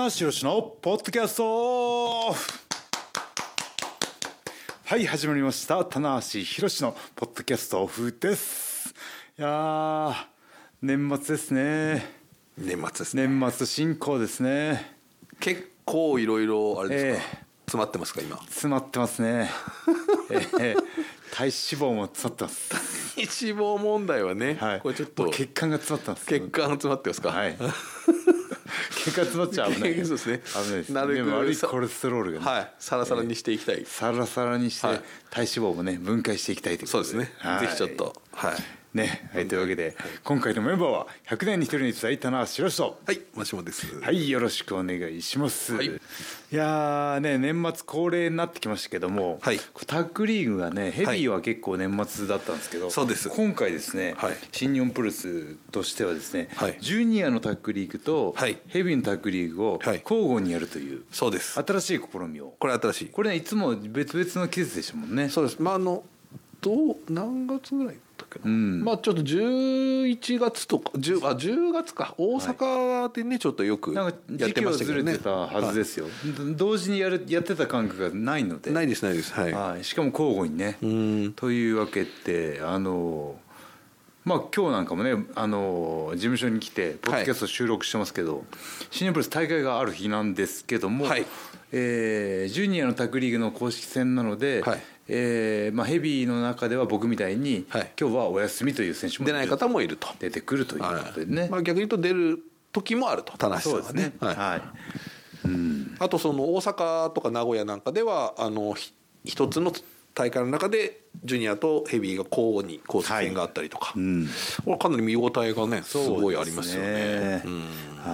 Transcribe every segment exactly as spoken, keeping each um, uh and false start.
棚橋宏のポッドキャスト。はい、始まりました。棚橋宏のポッドキャストオフです。いやー、年末ですね。 年末ですね。 年末進行ですね。 結構いろいろあれですか、 えー、 詰まってますか今。 詰まってますね。えー、体脂肪も詰まってます。 脂肪問題はね、 はい、 これちょっと血管が詰まってます。 血管が詰まってますか。 はい。血管詰まっちゃ危ない。 そうですね。 危ないです。 なるべく悪いコレステロールが、ね、 はい、サラサラにしていきたい。えー、 サラサラにして、はい、体脂肪もね分解していきたいということで。 そうですね。 はい、 ぜひちょっとはい。 ね、はい、というわけで、はい、今回のメンバーはひゃくねんに一人に伝えた棚橋宏と、 はい、マシモです。 はい、よろしくお願いします。はい、いやーね、年末恒例になってきましたけども、はい、タッグリーグがね、ヘビーは結構年末だったんですけど、そうです。今回ですね、はい、新日本プロレスとしてはですね、はい、ジュニアのタッグリーグと、はい、ヘビーのタッグリーグを交互にやるという、そうです。新しい試みを。 これ新しい。 これね、いつも別々の季節でしたもんね。 そうです。まああのどう何月ぐらい。うん、まあちょっとじゅういちがつとかじゅう、あじゅうがつか大阪でね、はい、ちょっとよくやってましたけどね。 時期はずれてたはずですよ、はい、同時にやるやってた感覚がないので。 ないですないです、はいはい、しかも交互にね。うんというわけであのまあ今日なんかもねあの事務所に来てポッドキャスト収録してますけど、はい、新日本プロレス大会がある日なんですけども、はい、えー、ジュニアのタッグリーグの公式戦なので、はい、えーまあ、ヘビーの中では僕みたいに、はい、今日はお休みという選手も出ない方もいると出てくるということでね、はい、 まあ、逆に言うと出る時もあると棚橋さんはね。そうですね、はいはい、うん、あとその大阪とか名古屋なんかではあの一つの大会の中でジュニアとヘビーが交互に公式戦があったりとか、はい、うん、これかなり見応えがねすごいありますよね。うん、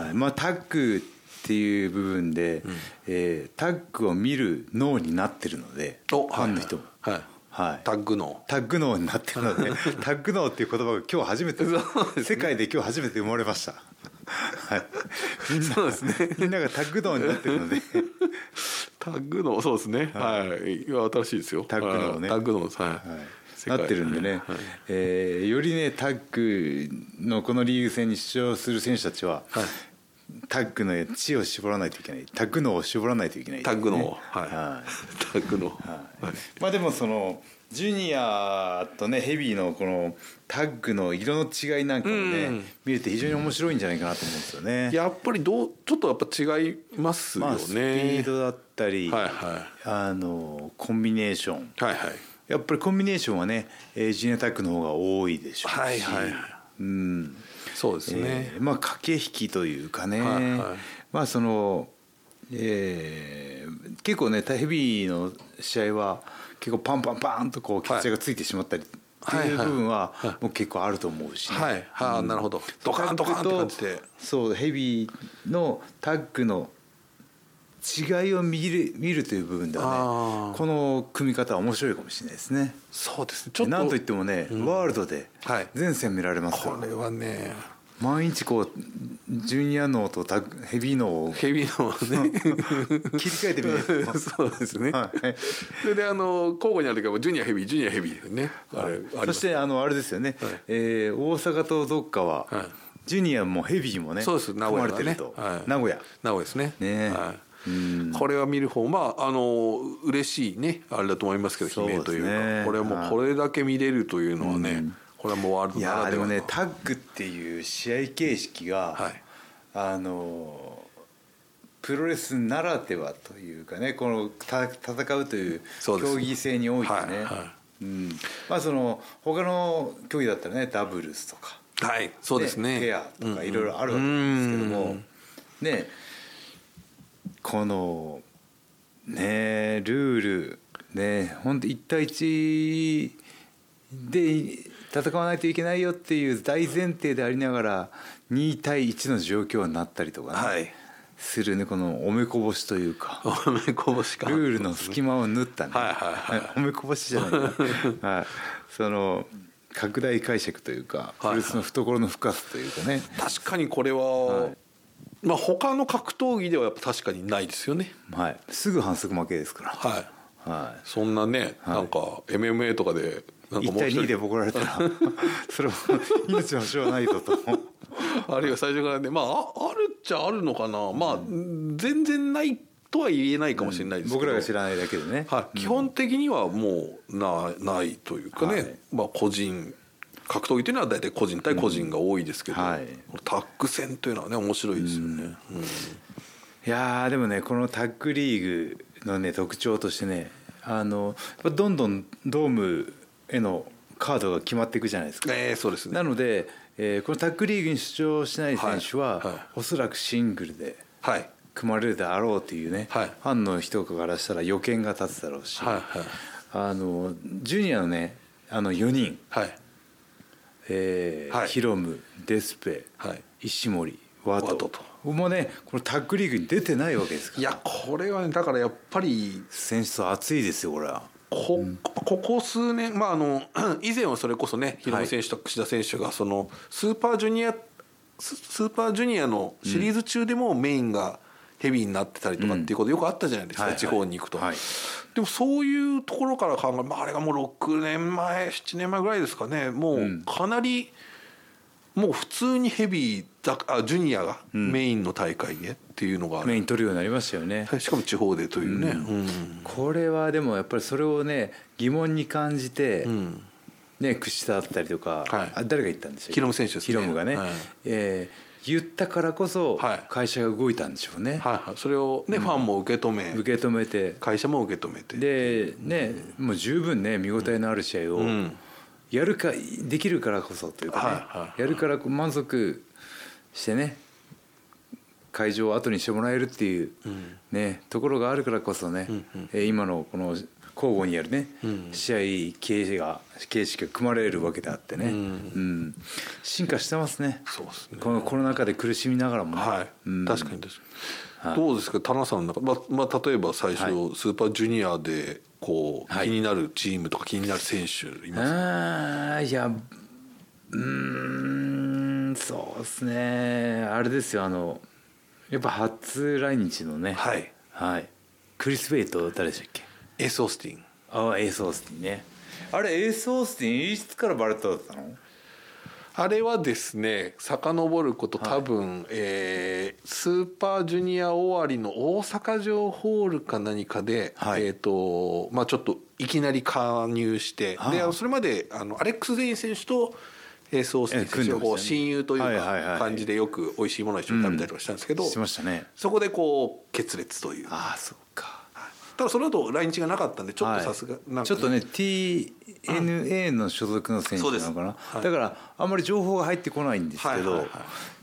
はい、まあ、タッグっていう部分で、うん、えー、タッグを見る脳になってるので、ファンの人も、はいはいはい、 タッグ脳タッグ脳になってるのでタッグ脳っていう言葉が今日初めて、ね、世界で今日初めて生まれました。はい、みんなそうですね、みんながタッグ脳になってるのでタッグ脳、そうですね、はい、はい、新しいですよ。 タッグ脳ね、 タッグ脳、はい、はい、 なってるんでね、はい、えー、よりねタッグのこのリーグ戦に出場する選手たちは、はい、タッグの血を絞らないといけない、タッグ脳を絞らないといけない、ね、 タッグ脳、はい、はい、タッグ脳、はい、 はい、まあでもそのジュニアとねヘビーのこのタッグの色の違いなんかもね、うん、見れて非常に面白いんじゃないかなと思うんですよね。 やっぱりどうちょっとやっぱ違いますよね、まあ、スピードだったり、 はいはい、 あのコンビネーション、 はいはい、 やっぱりコンビネーションはね、えー、ジュニアタッグの方が多いでしょうし、 はいはい、うん、そうですね、 えー、まあ駆け引きというかね、はいはい、まあその、えー、結構ねヘビーの試合は結構パンパンパンとこう決着がついてしまったりっていう部分はもう結構あると思うし、ね、 はいはい、うん、なるほど、ドカンドカンって感じで、 そうヘビーのタッグの違いを見る見るという部分ではね、この組み方は面白いかもしれないですね。 そうですね、ちょっとなんといってもね、うん、ワールドで全戦見られますから、 これはね毎日こうジュニア脳とタグヘビー脳をヘビー脳をね切り替えてみるそうですね、はい、それであの交互にある時はジュニアヘビージュニアヘビーね、 はい、あれそしてあのあれですよね、はい、えー、大阪とどっかは、はい、ジュニアもヘビーもね、 そうです、名古屋組まれてると、はい、名古屋名古屋ですね、 ね、 はい、うん、これは見る方、まああの嬉しいねあれだと思いますけど、悲鳴というか、ね、これはもうこれだけ見れるというのはね、うん、これはもうワールドならではの。いやでもねタッグっていう試合形式が、はい、あのプロレスならではというかね、このた戦うという競技性においてね、はいはい、うん、まあその他の競技だったらねダブルスとか、 はい、そうですね、 ペアとかいろいろあるわけですけども、うんうん、ね、このねルールね本当いち対いちで戦わないといけないよっていう大前提でありながらに対いちの状況になったりとかね、はい、するね、このおめこぼしというか、 おめこぼしか、 ルールの隙間を縫ったね、はいはいはい、おめこぼしじゃないな、はい、その拡大解釈というか、プロレスの懐の深さというかね、はいはい、 確かにこれは、はい、まあ他の格闘技ではやっぱ確かにないですよね、 はい、すぐ反則負けですから、 はいはい、そんなね、はい、なんか エムエムエー とかでなんかもういち対にで怒られたらそれは命の保証はないぞとあるいは最初からね、まああるっちちゃあるのかな、まあ、うん、全然ないとは言えないかもしれないですけど、 うん、僕らが知らないだけでね、 はい、基本的にはもう な, ないというかね、はい、まあ、個人格闘技というのは大体個人対個人が多いですけど、うん、はい、タッグ戦というのはね面白いですよね、うんうん、いやでもねこのタッグリーグのね特徴としてね、あのどんどんドームへのカードが決まっていくじゃないですか、 えー、そうですね。 なので、えー、このタッグリーグに出場しない選手は、はいはい、おそらくシングルで、はい、組まれるであろうというね、はい、ファンの人からしたら予見が立つだろうし、はいはい、あのジュニアのねあのよにん、はい、えーはい、ヒロム、デスペ、はい、石森、ワトともうねこのタッグリーグに出てないわけですから。 いやこれはねだからやっぱり選手層熱いですよこれは。 こ, ここ数年、まあ、あの以前はそれこそねヒロム選手と櫛田選手がそのスーパージュニアスーパージュニアのシリーズ中でもメインがヘビーになってたりとかっていうことよくあったじゃないですか、うん、地方に行くと、はいはい、でもそういうところから考え、まあ、あれがもうろくねんまえななねんまえぐらいですかね、もうかなりもう普通にヘビーだあジュニアがメインの大会でっていうのが、 うん、メイン取るようになりましたよね。 しかも地方でというね、うんうん、 これはでもやっぱりそれをね疑問に感じて、うんね、櫛田だったりとか、はい、あ誰が言ったんでしょう、 ヒロム選手ですね、 ヒロムがね、はい、えー、言ったからこそ会社が動いたんでしょうね、 はいはい、それを、ね、うん、ファンも受け止め受け止めて会社も受け止めてで、ね、うん、もう十分ね見応えのある試合をやるかできるからこそというかね、はいはい、やるから満足してね会場を後にしてもらえるっていう、ね、ところがあるからこそね、うんうん、今のこの交互にやるね、うん、試合形が形式が組まれるわけであってね、うんうん、進化してますね。 そうですね。 このコロナ禍で苦しみながらもね、 はい、うん、確かに確かに、はい、どうですか田中さんの中、まあまあ、例えば最初、はい、スーパージュニアでこう、はい、気になるチームとか気になる選手いますか？ あいやうーんそうですね、あれですよ、あのやっぱ初来日のね、はい、はい、クリス・ベイと誰でしたっけ？ エース・オースティン。 ああエース・オースティンね。あれエース・オースティンいつからバレットだったの？ あれはですね遡ること多分、はい、えー、スーパージュニア終わりの大阪城ホールか何かで、はい、えーとまあ、ちょっといきなり加入して、はあ、でそれまであのアレックス・ゼイン選手とエース・オースティン選手を親友というか感じでよく美味しいものを一緒に食べたりとかしたんですけど、 うん、しましたね、 そこでこう決裂という。 ああそうか。 ただその後来日がなかったんでちょっとさすがなんか、ね、 ちょっとね ティーエヌエー の所属の選手なのかな、はい、だからあんまり情報が入ってこないんですけど、はいはいはい、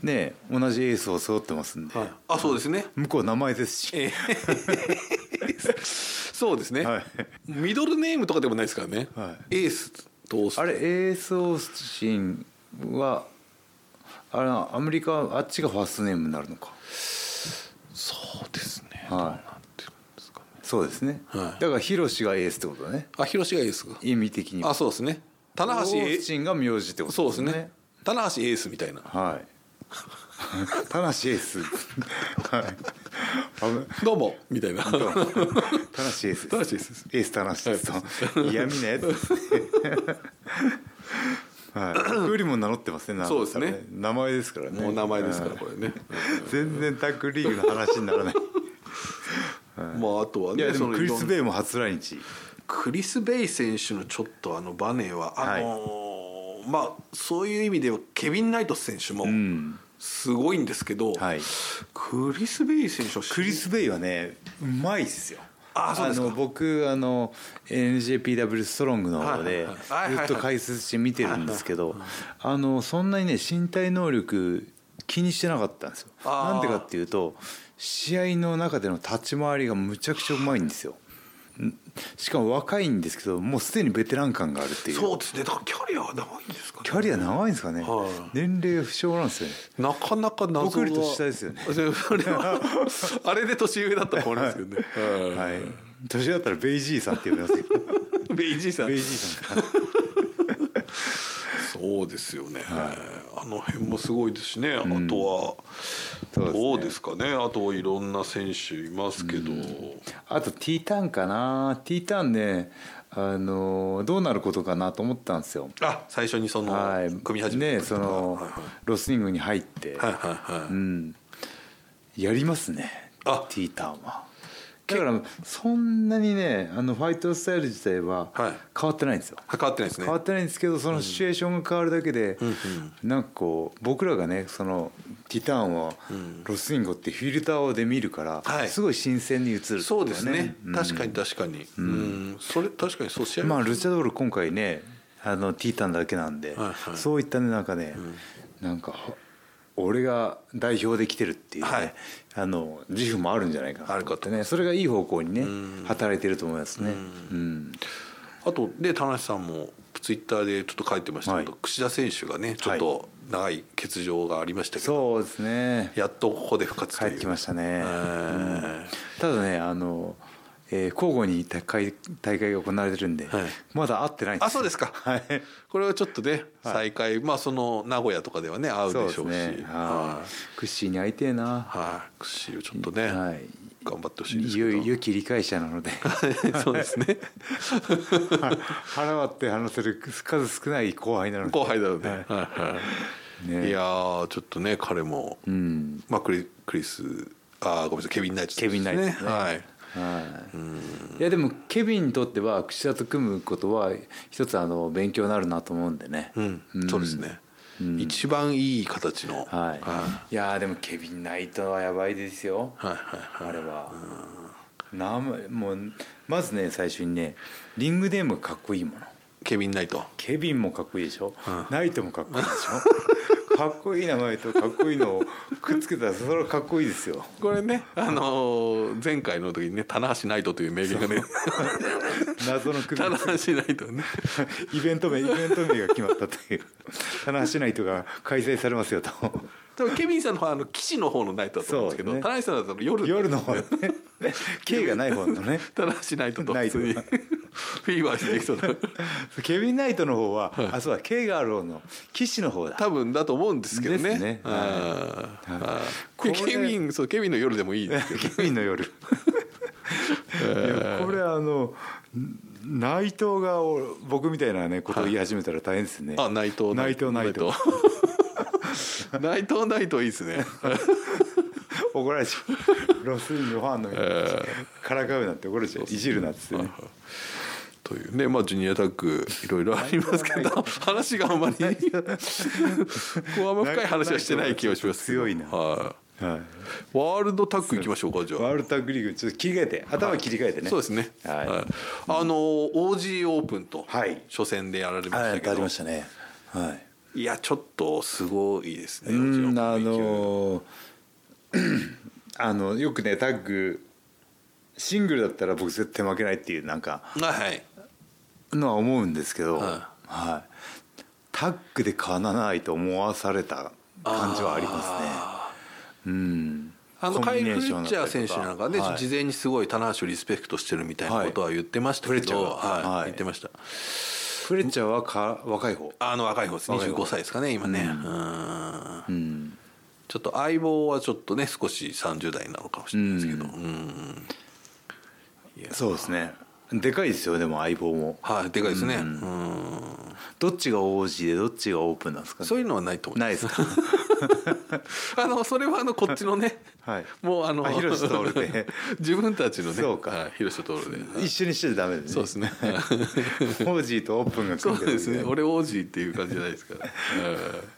ね同じエースを背負ってますんで、はい、 あそうですね、 向こう名前ですし、えー、そうですね、はい、ミドルネームとかでもないですからね、はい、エースとオースティン、 あれエースオースティンはあれアメリカあっちがファーストネームになるのか。 そうですね、 はい、そうですね、はい、だからヒロシがエースってことだね。 あヒロシがエース意味的にあそうですね。棚橋エースが名字ってことですね。 そうですね、棚橋エースみたいな、 はい棚橋エースはいどうもみたいな棚橋エース棚橋エースエース棚橋ですと嫌味なやつですねはい、よりも名乗ってますね。 そうですね、 名前ですからね。 もう名前ですからこれね全然タッグリーグの話にならないはい、まああとはね、 いやでもクリス・ベイも初来日。 クリス・ベイ選手のちょっとあのバネはあのーはい、まあそういう意味ではケビン・ナイトス選手もすごいんですけど、うんはい、クリス・ベイ選手はクリス・ベイはねうまいですよ。 あそうですか。 あの僕あの エヌジェーピーダブリュー ストロングの方でずっと解説して見てるんですけど、あのそんなにね身体能力気にしてなかったんですよ。なんでかっていうと試合の中での立ち回りがむちゃくちゃうまいんですよ。しかも若いんですけどもうすでにベテラン感があるっていう。 そうですね、だからキャリアは長いんですかね。 キャリア長いんですかね、はい、年齢不詳なんですよね。 なかなか謎は僕より年下ですよねあれで年上だったと思うんですけどね、 はいはい、年上だったらベイジーさんって呼びますけどベイジーさんベイジーさんそうですよね、はい、あの辺もすごいですしね、うん、あとはどうですかね、あといろんな選手いますけど、うん、 あと T ターンかな。 T ターンねあのどうなることかなと思ったんですよ。 あ最初にその、はい、 組み始めてねその、はいはい、ロスイングに入って、はいはいはい、うん、 やりますねあティーターンは。だからそんなにねあのファイトスタイル自体は変わってないんですよ、 はい、変わってないですね。 変わってないんですけどそのシチュエーションが変わるだけで、うんうん、なんかこう僕らがねそのティターンはロスインゴってフィルターで見るから、うん、すごい新鮮に映る、ね、 そうですね、うん、確かに確かに、うんうん、それ確かにそうしちゃいます、 まあルチャドール今回ねあのティーターンだけなんで、はいはい、そういったねなんかね、うん、なんか俺が代表で来てるっていうね、はい、あの自負もあるんじゃないかなと思ってね、それがいい方向にね働いてると思いますね。うんうん、 あとで田無さんもツイッターでちょっと書いてましたけど、はい、櫛田選手がねちょっと長い欠場がありましたけど、 はい、そうですね、 やっとここで復活という帰ってきましたね。うん、ただねあのえー、交互に大会大会が行われてるんで、はい、まだ会ってないんです。 あ、そうですか。はい、これはちょっとね再開、はい、まあその名古屋とかではね会うでしょうし、そうですね、 はい、クッシーに会いてえな、 はい、クッシーをちょっとね、はい、頑張ってほしいですけど、 良き理解者なのでそうですね腹割って話せる数少ない後輩なので後輩なので、はいはいね、いやちょっとね彼も、うん、まあクリ、クリスあごめんなさいケビンナイトですね。 ケビンナイトですね、はい、はい、いやでもケビンにとっては櫛田と組むことは一つあの勉強になるなと思うんでね、 うんうん、そうですね、うん、一番いい形の、 はいはい、いやでもケビンナイトはやばいですよ、はいはいはい、あれは、うん、なもうまずね最初にねリングネームがかっこいいもの。 ケビンナイト、 ケビンもかっこいいでしょ、うん、ナイトもかっこいいでしょかっこいい名前とかっこいいのをくっつけたらそれはかっこいいですよ。 これね、あのー、前回の時にね棚橋ナイトという名言がね謎の組み合わせ棚橋ナイトねイベント名イベント名が決まったという棚橋ナイトが開催されますよと。 多分ケビンさんの方はあの騎士の方のナイトだと思うんですけど、ね、棚橋さんだったら夜夜の方ねK がない方のね棚橋ナイトと普通にフィーバーしてる人だケビンナイトの方は、はい、あそうだ K がある方の騎士の方だ多分だと思うんですけどね。 ですね。ああケビンそうケビンの夜でもいいですけどケビンの夜これあの内藤が僕みたいなねことを言い始めたら大変ですね。 あ内藤内藤内藤内藤内藤いいですね怒られちゃうロスインのファンのからかうなんて怒られちゃういじるなっつってねというねまあジュニアタッグいろいろありますけど話があんまりこうあんま深い話はしてない気がします強いな、 はいはい、ワールドタッグいきましょうか。じゃあワールドタッグリーグちょっと切り替えて頭切り替えてね、はい、 そうですね、はいはい、あの オージー オープンと初戦でやられましたけど、 はい、ありましたね、はい、 いやちょっとすごいですね。 うんあのあのよくねタッグシングルだったら僕絶対負けないっていうなんかのは思うんですけど、はいはい、タッグで勝たないと思わされた感じはありますね。うん、 あのカイル・フレッチャー選手なんかね、はい、事前にすごい棚橋をリスペクトしてるみたいなことは言ってましたけど、はいはい、言ってました。 フレッチャーはか若い方あの若い方ですにじゅうごさいですかね今ね、うんうんうん、ちょっと相棒はちょっとね少しさんじゅう代なのかもしれないですけど、うんうん、 いやそうですねでかいですよでも相棒もはいでかいですね、うん、 うんどっちが オージー でどっちがオープンなんですか、ね、 そういうのはないと思います。 ないですかあのそれはあのこっちのね、はい、もうあのあ広瀬徹で自分たちのねそうか、 はい、広瀬徹で、 はい、一緒にしてダメですね。そうですねオージーとオープンが組んでる、ね、そうですね俺オージーっていう感じじゃないですから、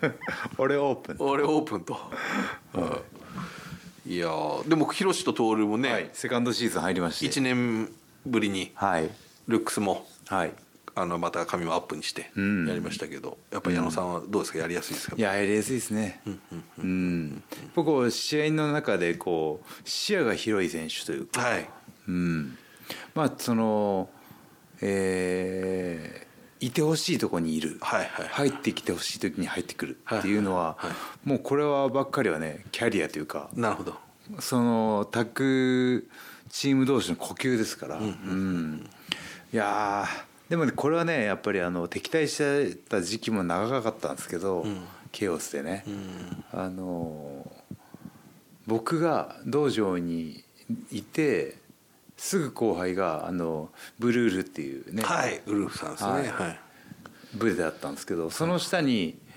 俺オープン俺オープンと、はい、いやでも広瀬と徹もね、はい、 セカンドシーズン入りましていちねんぶりにルックスも、はい、あのまた髪もアップにしてやりましたけど、うん、やっぱり矢野さんはどうですか、やりやすいですか。 いややりやすいですね。僕試合の中でこう視野が広い選手というか、はい、うん、まあその、えー、いてほしいところにいる、はいはいはい、入ってきてほしい時に入ってくるっていうのは、はいはいはい、もうこれはばっかりはねキャリアというか、 なるほど、 そのタッグチーム同士の呼吸ですから、うんうんうん、いやでもねこれはねやっぱりあの敵対してた時期も長かったんですけど、うん、ケオスでね、うん、あの僕が道場にいてすぐ後輩があのブルールっていうね、 はいウルフさんですね、はいはい、 部であったんですけどその下に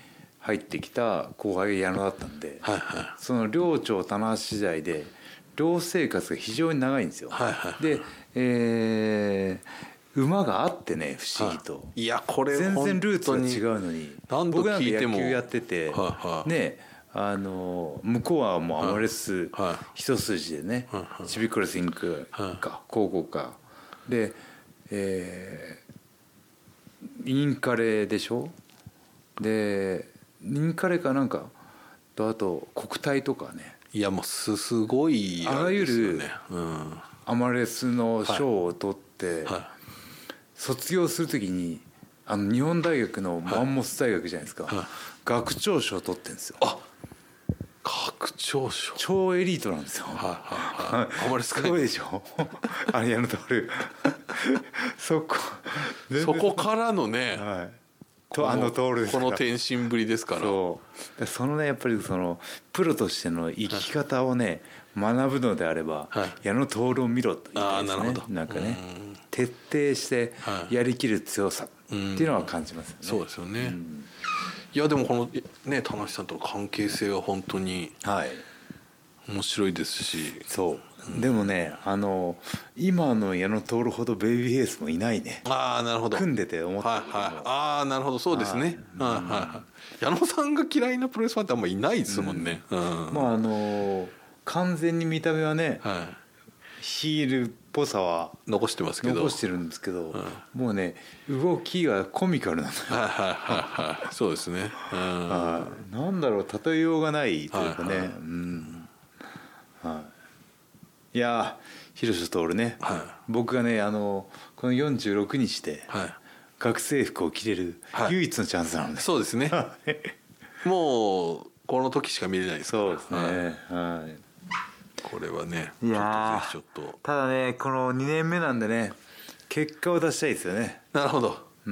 入ってきた後輩が矢野だったんで、 はいはい、 その寮長棚橋時代で寮生活が非常に長いんですよ。 はいはいはい、 で、えー、馬があってね不思議と、はい、 いやこれ全然ルーツが違うのに僕なんか野球やってて、はいはい、ねあの向こうはもうアマレス一筋でね、はいはい、チビクロスインクか、はい、高校かで、えー、インカレでしょでインカレかなんかとあと国体とかねいやもうすすごいあらゆるアマレスの賞を取って、はいはい、卒業するときにあの日本大学のマンモス大学じゃないですか、はいはい、学長賞を取ってるんですよ。 あ学長賞超エリートなんですよ。はいはいはい、あまりすごいでしょあれやの通りそこそこからのね、 はいとあの通りですこの転身ぶりですから。 そうそのねやっぱりそのプロとしての生き方をね、はい、学ぶのであれば、はい、矢野徹を見ろと言いたいですね。あなるほどなんかね徹底してやりきる強さっていうのは感じますよね。 そうですよね、うん、いやでもこのね田無さんとの関係性は本当に面白いですし、はい、 そうでもねあの今の矢野徹ほどベイビーフェイスもいないね。 ああなるほど組んでて思ったけど、 はいはい、ああなるほどそうですね、はいはいはい、矢野さんが嫌いなプロレスファンってあんまいないですもんね、うんうん、 まああの完全に見た目はね、はい、ヒールっぽさは残してますけど残してるんですけど、うん、もうね動きがコミカルなのよ。 はいはいはいはいそうですね、うん、 なんだろう例えようがないというかね、はいはいうんはい、いや広瀬徹ね、はい、僕がねあのこのよんじゅうろくにちで学生服を着れる唯一のチャンスなので、はい、 そうですねもうこの時しか見れないですから。 そうですね、はいはい、 これはねいやちょっとぜひちょっとただねこのにねんめなんでね結果を出したいですよね。 なるほど、うん、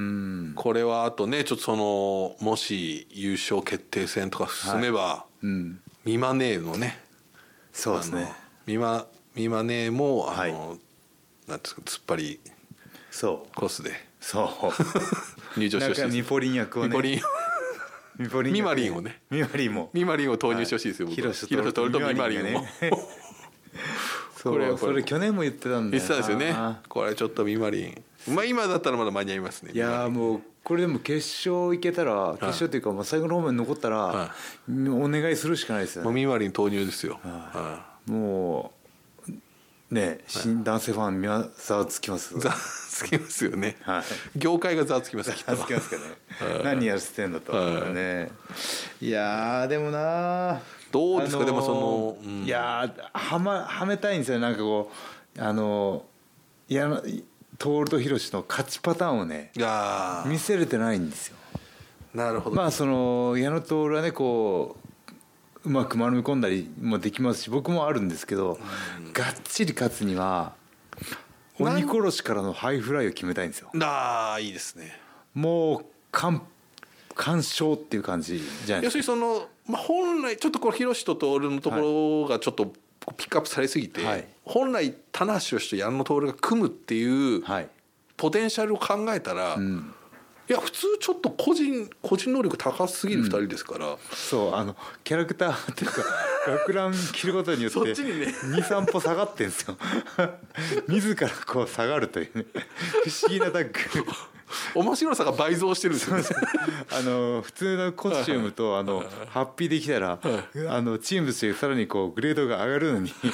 これはあとねちょっとそのもし優勝決定戦とか進めば、はいうん、ミマネーのねそうですねミマミマネーもあの、はい、なんですか突っ張りそうコースでそう入場してほしいです。 なんかミポリン役をねミポリンミポリンミマリンをねミマリンもミマリンを投入してほしいですよ、はい、広瀬徹とミマリンをねこれそれ去年も言ってたんだよな。 言ってたんですよね。これちょっとミマリンまあ今だったらまだ間に合いますね。 いやもうこれでも決勝行けたら決勝というかまあ最後の方面に残ったらお願いするしかないですよね。 もうミマリン投入ですよ。 もうね新男性ファンみんなざわつきます。 ざわつきますよね。業界がざわつきます。 ざわつきますかね。何やってんだとね。いやでもなどうですか、あのー、でもその、 うん、いやはまはめたいんですよ。なんかこうあのいや徹と広志の勝ちパターンをね見せれてないんですよ。 なるほど。 まあその矢野徹はねこううまく丸め込んだりもできますし僕もあるんですけど、うん、がっちり勝つには鬼殺しからのハイフライを決めたいんですよ。 ああいいですね。 もう完完勝っていう感じじゃないですか。 要するにその、まあ、本来ちょっとこの広志と徹のところがちょっとピックアップされすぎて、はい、本来棚橋宏と矢野徹が組むっていうポテンシャルを考えたら、はいうんいや普通ちょっと個人個人能力高すぎるふたりですから、うん、 そうあのキャラクターっていうか学ラン着ることによってにさん歩下がってんですよ自らこう下がるというね不思議なタッグ面白さが倍増してるんですよねあの普通のコスチュームとあのハッピーできたらあのチームとしてさらにこうグレードが上がるのに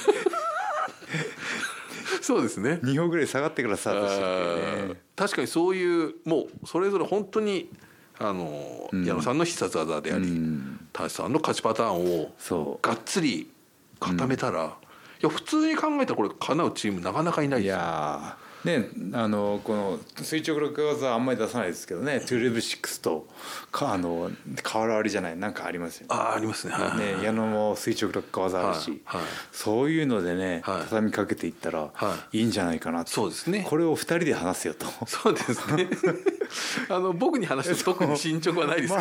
そうですねに歩ぐらい下がってからスタートしてってね。 確かにそういうもうそれぞれ本当にあの、うん、矢野さんの必殺技であり、うん、田橋さんの勝ちパターンをがっつり固めたら、うん、いや普通に考えたらこれ叶うチームなかなかいないですよ。 いやね、あのこの垂直力技はあんまり出さないですけどねじゅうろくとかあの瓦割りじゃないなんかありますよね。 あありますね。はい、 ね矢野も垂直力技あるし、はいはい、そういうのでね、はい、畳みかけていったらいいんじゃないかなと。 そうですね。 これをふたりで話せよと。 そうですねあの僕に話すと特に進捗はないですから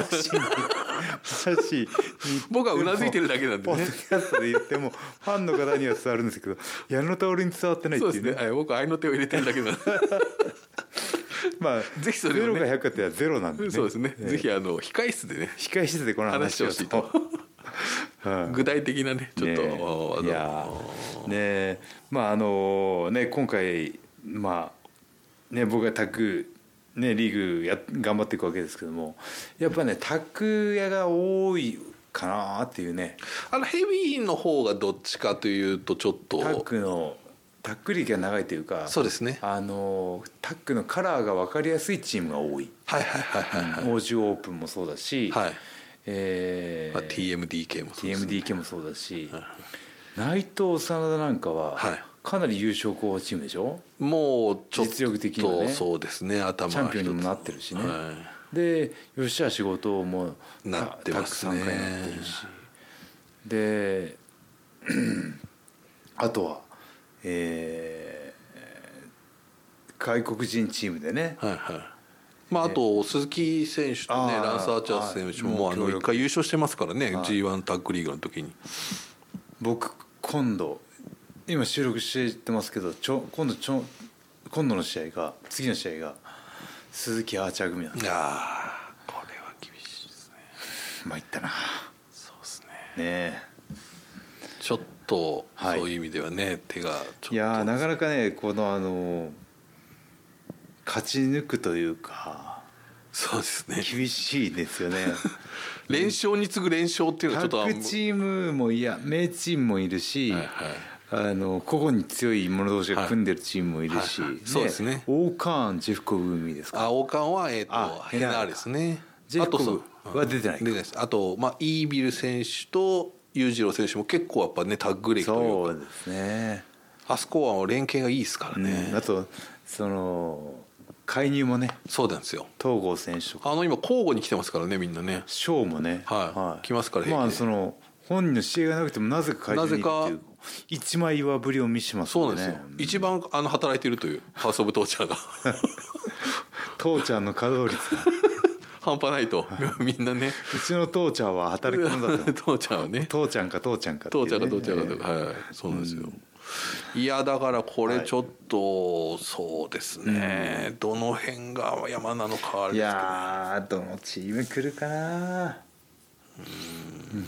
僕はうなずいてるだけなんでね。ポッドキャストで言ってもファンの方には伝わるんですけど矢野徹に伝わってないっていうね。 そうですね、はい、僕は愛の手を入れてるだけなんでまあぜひそれをねゼロがひゃくってゼロなんでね。 そうですね、ね、ぜひあの控室でね控室でこの話をしてほしいとうん、具体的なねちょっと、 ね、いやねまああのね今回まあね僕がタッグねリーグや頑張っていくわけですけども、やっぱねタッグ屋が多いかなっていうね。 あのヘビーの方がどっちかというとちょっとタッグのタッグ歴が長いというか、 そうですね、 あのタッグのカラーが分かりやすいチームが多い。 はいはいはいはい、はい、 オージーオープンもそうだし、はい、えー、 まあ、ティーエムディーケー もそうです、ね、 ティーエムディーケー もそうだし、はい、内藤真田なんかは、はい、かなり優勝候補チームでしょ。 もうちょっと実力的にはね、 そうですね、頭チャンピオンにもなってるしね、はい、で吉橋仕事もなってますね、 たくさん回なってるしであとは、えー、外国人チームでね、 はいはい、まあ、あと鈴木選手とねランス・アーチャーズ選手もあの一回優勝してますからね、 ジーワン タッグリーグの時に。 僕今度今収録してますけどちょ今度ちょ今度の試合が次の試合が鈴木アーチャー組なんですよ。 あーこれは厳しいですね。 参ったな。 そうですね。 ねちょっとそういう意味ではね、はい、手がちょっといやなかなかねこのあの勝ち抜くというかそうですね厳しいですよね連勝に次ぐ連勝っていうのはちょっと各チームもいや名チームもいるし、はいはい、あの個々に強い者同士が組んでるチームもいるし、はいはいはい、 そうですね。 オーカーンジェフコブ組ですか。 あオーカーンはえっ、ー、とヘナーですね。 ジェフコブは出てないか。 出てないです。あとまあイービル選手と裕次郎選手も結構やっぱねタッグ歴というかそうですね。 あそこは連携がいいですからね、 うん、あとその介入もね。 そうなんですよ。 東郷選手とかあの今交互に来てますからねみんなね。 ショーもね、 はいはい、来ますから。 まあその本人の試合がなくてもなぜか介入に行くっていう一枚岩ぶりを見せますんでね。そうなんですよ、うん、一番あの働いているというハウスオブトーチャーが父ちゃんの稼働率が半端ないとみんなね。 うちの父ちゃんは働き者だと父ちゃんはね父ちゃんか父ちゃんかっていう、ね、 父ちゃんか父ちゃんか、えー、はいそうなんですよ、うん、いやだからこれちょっと、はい、そうですね、うん、どの辺が山なのかあれですけど、ね、いやどのチーム来るかな。うん、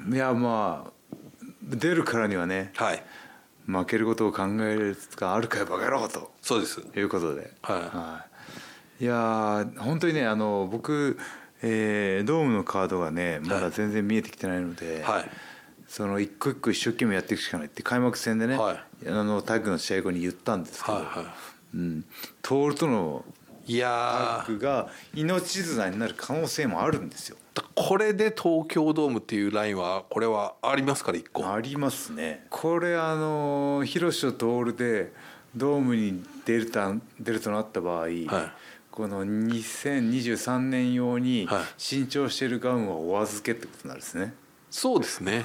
うん、いやまあ出るからにはね、はい、負けることを考えるつかあるかよバカ野郎とそうですいうことで、 はいはい、いや本当にねあの僕、えー、ドームのカードがねまだ全然見えてきてないので、はい、その一個一個一生懸命やっていくしかないって開幕戦でね、はい、あのタッグの試合後に言ったんですけど、はいはいうん、トールとのいやタッグが命綱になる可能性もあるんですよ。 これで東京ドームっていうラインはこれはありますからいっこありますね。これあの広瀬と徹でドームに出るた出るとなった場合、はい、このにせんにじゅうさんねん用に新調しているガウンはお預けってことになるんですね。 そうですね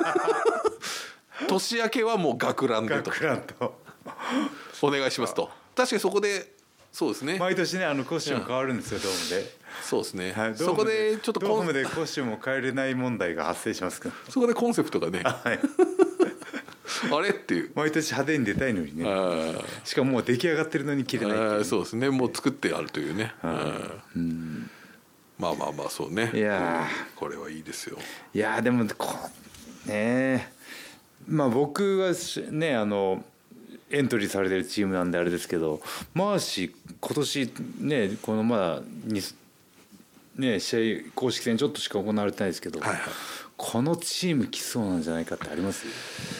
年明けはもう学ランでと学ランとお願いしますと。確かにそこでそうですね毎年ねあのコスチューム変わるんですよ、うん、ドームで。 そうですね、 はい、 そこでちょっとドームでコスチュームを変えれない問題が発生しますからそこでコンセプトがね、はい、あれっていう毎年派手に出たいのにねしかももう出来上がってるのに着れないっていう、ね、 そうですねもう作ってあるというね、うん、まあまあまあそうね。 いやこれはいいですよ。 いやでもこうねまあ僕はねあのエントリーされてるチームなんであれですけどマーシー今年ねこのまだにね試合公式戦ちょっとしか行われてないですけど、はいはい、このチーム来そうなんじゃないかってあります？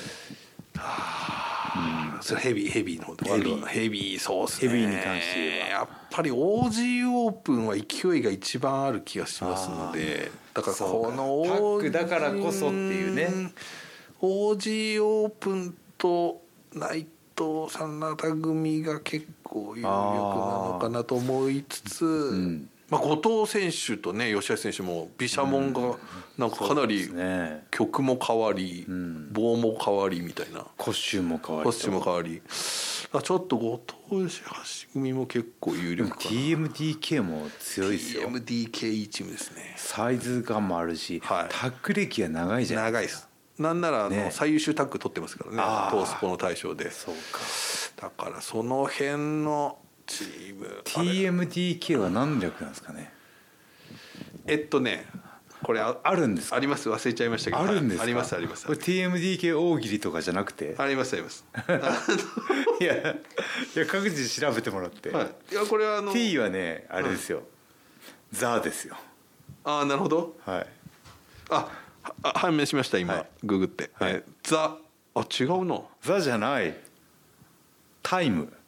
あ、うん、それヘビーヘビーのヘビーヘビーそうですね。 ヘビーに関してはやっぱり オージー オープンは勢いが一番ある気がしますのでだからこのタッグだからこそっていうねオージー オープンと内藤真田組が結構有力なのかなと思いつつ、うんまあ、後藤選手とね吉橋選手も毘沙門がなんかかなり曲も変わり、うん、棒も変わりみたいなコスチュームも変わりコスチュームも変わりちょっと後藤吉橋組も結構有力かな。 ティーエムディーケー も強いですよ。 ティーエムディーケー いいチームですね。 サイズ感もあるし、はい、タッグ歴が長いじゃないですか。 長いです。なんならあの、ね、最優秀タッグ取ってますからねトースポの大賞で。 そうか。 だからその辺のチームティーエムティーケー は何略なんですかね。 えっとねこれ あ, あるんですか。 あります。忘れちゃいましたけど。 あるんですか。 ありますあります。 これ ティーエムティーケー 大喜利とかじゃなくて。 ありますあります。 いやいや各自調べてもらって。 はい、いやこれはあの T はねあれですよ、はい、ザですよ。 ああなるほど。 はい。 ああ判明しました今、はい、ググって、はい、ザあ違うな。 ザじゃない。タイム。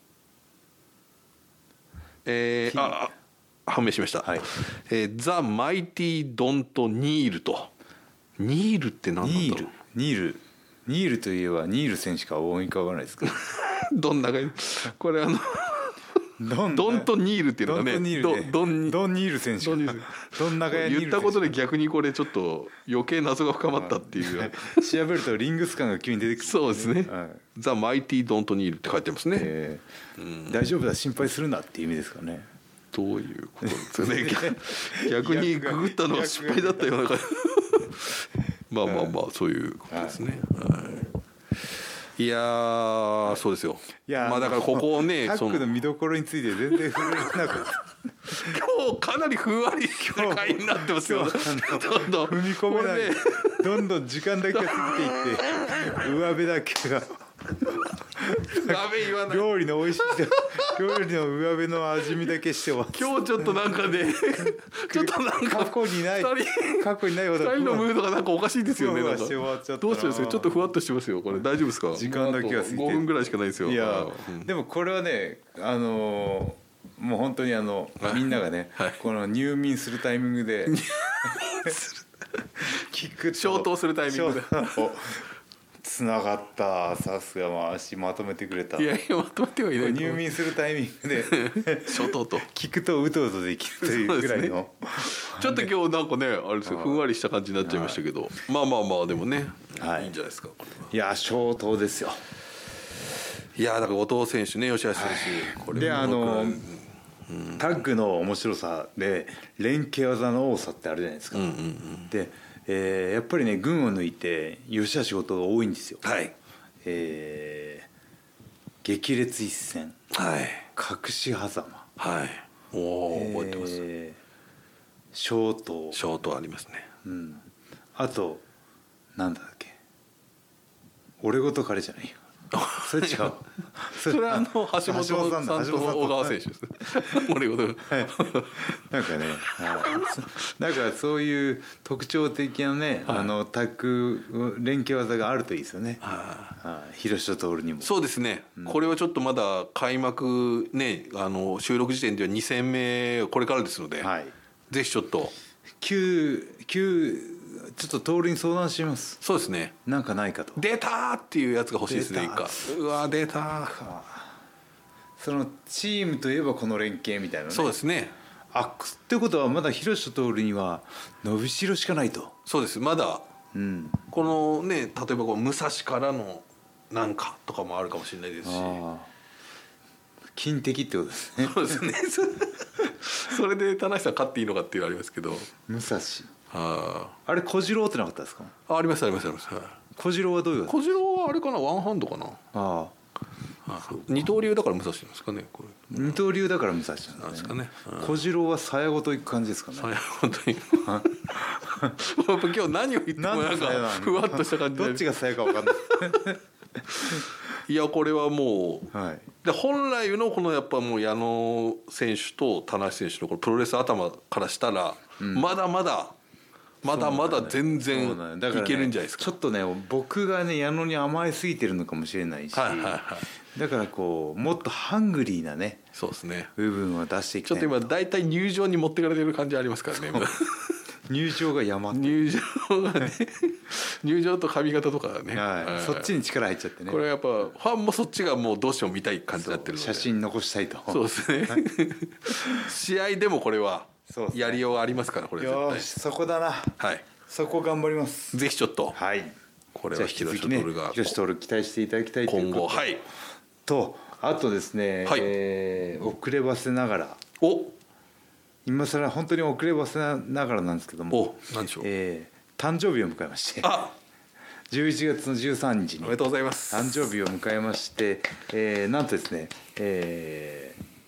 えー、あ判明しました。はい、えー、ザ・マイティ・ドント・ニールと。ニールって何なんだろう。 ニールニールニールといえばニール選手しか思い浮かばないですけどどんなこれあのドンドンとニールっていうのがね、 ドンドンドンニール選手。どんながやニール選手。言ったことで逆にこれちょっと余計謎が深まったっていう。 調べるとリングス感が急に出てくる、ね。 そうですね。はい、ザ・マイティ・ドント・ニールって書いてますね。えーうん、大丈夫だ心配するなっていう意味ですかね。 どういうことですかね。逆にググったのは失敗だったような感じ。まあまあまあそういうことですね。はい、いやそうですよ。いやまあだからここをねタックの見どころについて全然触れなかった。 今日かなりふんわりした回になってますよ。どんどん踏み込めない、ね、どんどん時間だけが過ぎていって上辺だけが料理の美味しい料理の上辺の味見だけしては今日ちょっとなんかねちょっとなんか過去にない過去にないほどふたりのムードがなんかおかしいですよね。なんかどうしようですか。ちょっとふわっとしてますよこれ。大丈夫ですか。 時間だけが過ぎてごふんぐらいしかないですよ。 いや、うん、でもこれはねあのー、もう本当にあのみんながね、はい、この入眠するタイミングで聞くと消灯するタイミングでつながった。さすが回しまとめてくれた。 いやいやまとめてはいない。 入眠するタイミングで消灯と聞くとうとうとできるというぐらいの、ね、 ちょっと今日なんかねあれですよふんわりした感じになっちゃいましたけど、まあまあまあでもね、はい、いいんじゃないですかこれは。 いや消灯ですよ。 いやだから後藤選手ね吉橋選手、はい、これであの、うん、タッグの面白さで連携技の多さってあるじゃないですか、うんうんうん、で、えー、やっぱりね群を抜いて吉橋後藤が多いんですよ。 はい、 えー、激烈一戦、 はい、 隠し狭間、 はい、おお覚えてます、 えー、消灯消灯ありますね、 うん、あとなんだっけ俺ごと彼じゃないよそれ違うそれはあの橋本さんと小川選手ですね俺ごとなんかねなんかそういう特徴的なね、はい、あのタッグ連携技があるといいですよね。はい、広瀬徹にもそうですね、うん、これはちょっとまだ開幕ねあの収録時点ではに戦目これからですので、はい、ぜひちょっと旧旧ちょっと徹に相談します。 そうですね。 なんかないかと。 出たーっていうやつが欲しいですね。うわ出たー。 そのチームといえばこの連携みたいなね。 そうですね。 あってことはまだ広瀬徹には伸びしろしかないと。 そうですまだ、うん、このね例えばこう武蔵からのなんかとかもあるかもしれないですし。 金的ってことですね。 そうですね。それで田中さん勝っていいのかっていうのありますけど。 武蔵。 ああれ小次郎ってなかったですか。 あありますありますあります。 小次郎はどういう小次郎はあれかなワンハンドかな。ああ二刀流だから武蔵なんですかねこれ。 二刀流だから武蔵なんですかね。 小次郎は鞘ごといく感じですかね。 鞘ごといく今日何を言ってもなんかふわっとした感じでどっちが鞘か分かんないいやこれはもう、はい、で本来のこのやっぱもう矢野選手と田中選手のこのプロレス頭からしたら、うん、まだまだまだまだ全然いけるんじゃないですか。 ちょっとね僕がね矢野に甘えすぎてるのかもしれないし、はいはいはい、だからこうもっとハングリーなねそうですね部分を出していきたい。 ちょっと今大体入場に持ってかれてる感じありますからね入場が山入場がね入場と髪型とかね、 はいはい、そっちに力入っちゃってね。 これやっぱファンもそっちがもうどうしても見たい感じになってるので写真残したいと。 そうですね、はい、試合でもこれはやりようがありますからこれ絶対。 よしそこだな、はい、そこ頑張ります。 ぜひちょっと、 はい、 これは広瀬徹が広瀬徹期待していただきたいということ今後、はい、 とあとですね、はいえー、遅ればせながらお今更本当に遅ればせながらなんですけどもお何でしょう、 えー、誕生日を迎えましてあじゅういちがつのじゅうさんにちにおめでとうございます。 誕生日を迎えまして、えー、なんとですね、えー、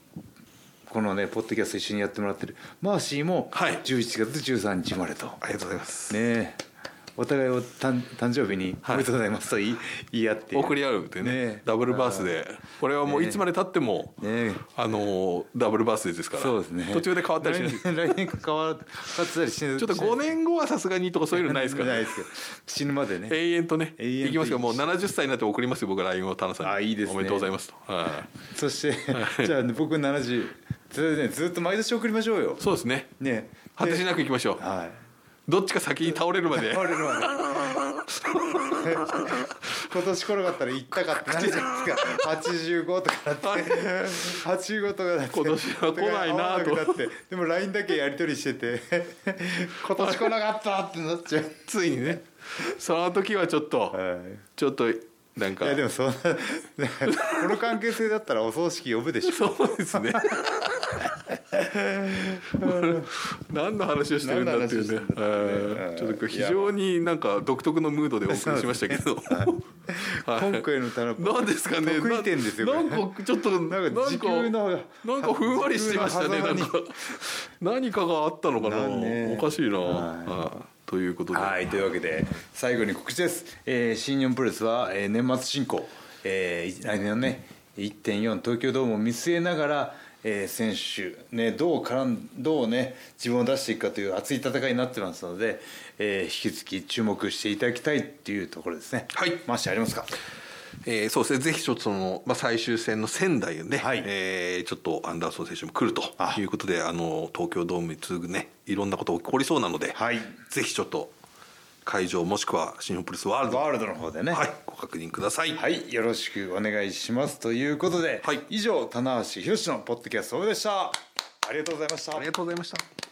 このねポッドキャスト一緒にやってもらってるマーシーもじゅういちがつじゅうさんにち生まれと、 ありがとうございますね。お互いを誕生日におめでとうございますと言い、言い合って送り合うってね、ねダブルバースデー、これはもういつまでたっても、ね、あのダブルバースデーですから。 そうですね、 途中で変わったりしない。 来年変わったりしない。 ちょっとごねんごはさすがにとかそういうのないですから、ね、 ないですけど死ぬまでね永遠とねいきますけど、もうななじゅっさいになって送りますよ僕は ライン を田中さんに。 あいいですね、 おめでとうございますと、はい、そしてじゃあ、ね、僕ななじゅうそれで、ね、ずっと毎年送りましょうよ。 そうですね、 ね果てしなくいきましょう、はい、どっちか先に倒れるまで倒れるまで今年来なかったら行ったかってなるじゃないですか。はちじゅうごとかなって、はい、はちじゅうごとかなって今年は来ないなとなって、でも ライン だけやり取りしてて今年来なかったってなっちゃうついにねその時はちょっと、はい、ちょっとなんかいやでもそんなこの関係性だったらお葬式呼ぶでしょ。 そうですね何の話をしてるんだっていうね、ちょっと非常になんか独特のムードでお送りしましたけど、 はい、今回の田中何ですかね、 得意点ですよ。 なんかちょっとなんか時給のなんかふんわりしてましたね。なんか何かがあったのかな、おかしいな、はい、ということで、 はい、というわけで最後に告知です。えー、新日本プロレスは、えー、年末進行、えー、来年のね いってんよん 東京ドームを見据えながら、えー、選手、ね、どう絡んどうね自分を出していくかという熱い戦いになってますので、えー、引き続き注目していただきたいっていうところですね。 はい、 マッシーありますか？ えー、そうですね、ぜひちょっとその、まあ、最終戦の仙台でね、はい、えー、ちょっとアンダーソン選手も来るということで、あの東京ドームに次ぐねいろんなことが起こりそうなので、はい、ぜひちょっと会場もしくは新日本プロレスワールドワールドの方でね、 はい、ご確認ください。 はい、よろしくお願いしますということで、はい、以上棚橋宏のポッドキャストでした。ありがとうございました。 ありがとうございました。